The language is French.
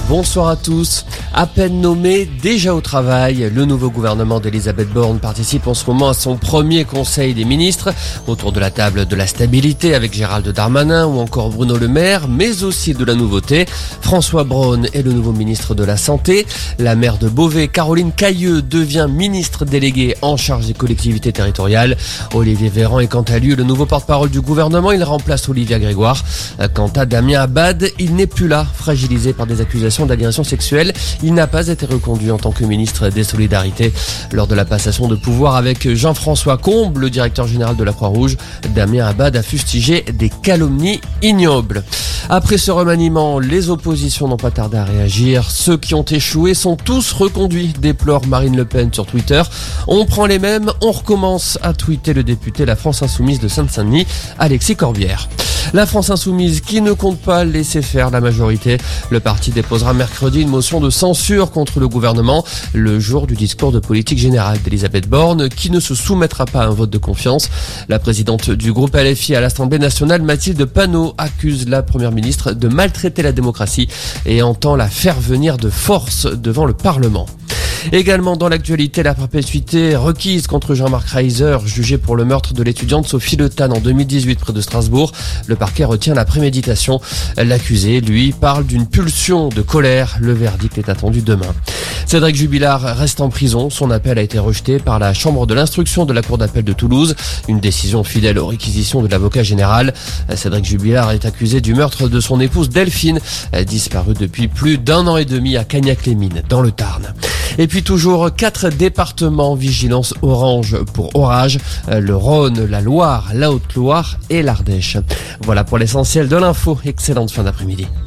Bonsoir à tous. À peine nommé, déjà au travail, le nouveau gouvernement d'Elisabeth Borne participe en ce moment à son premier conseil des ministres, autour de la table de la stabilité avec Gérald Darmanin ou encore Bruno Le Maire, mais aussi de la nouveauté. François Braun est le nouveau ministre de la Santé. La maire de Beauvais, Caroline Cayeux, devient ministre déléguée en charge des collectivités territoriales. Olivier Véran est quant à lui le nouveau porte-parole du gouvernement. Il remplace Olivia Grégoire. Quant à Damien Abad, il n'est plus là, fragilisé par des accusations d'agression sexuelle. Il n'a pas été reconduit en tant que ministre des Solidarités. Lors de la passation de pouvoir avec Jean-François Combes, le directeur général de la Croix-Rouge, Damien Abad a fustigé des calomnies ignobles. Après ce remaniement, les oppositions n'ont pas tardé à réagir. Ceux qui ont échoué sont tous reconduits, déplore Marine Le Pen sur Twitter. On prend les mêmes, on recommence, à tweeter le député La France Insoumise de Seine-Saint-Denis, Alexis Corbière. La France Insoumise qui ne compte pas laisser faire la majorité. Le parti déposera mercredi une motion de censure contre le gouvernement, le jour du discours de politique générale d'Elisabeth Borne, qui ne se soumettra pas à un vote de confiance. La présidente du groupe LFI à l'Assemblée nationale, Mathilde Panot, accuse la première ministre de maltraiter la démocratie et entend la faire venir de force devant le Parlement. Également dans l'actualité, la perpétuité requise contre Jean-Marc Reiser, jugé pour le meurtre de l'étudiante Sophie Le Tan en 2018 près de Strasbourg. Le parquet retient la préméditation. L'accusé, lui, parle d'une pulsion de colère. Le verdict est attendu demain. Cédric Jubilard reste en prison. Son appel a été rejeté par la chambre de l'instruction de la cour d'appel de Toulouse. Une décision fidèle aux réquisitions de l'avocat général. Cédric Jubilard est accusé du meurtre de son épouse Delphine, disparue depuis plus d'1 an et demi à Cagnac-les-Mines, dans le Tarn. Et puis toujours 4 départements vigilance orange pour orage, le Rhône, la Loire, la Haute-Loire et l'Ardèche. Voilà pour l'essentiel de l'info. Excellente fin d'après-midi.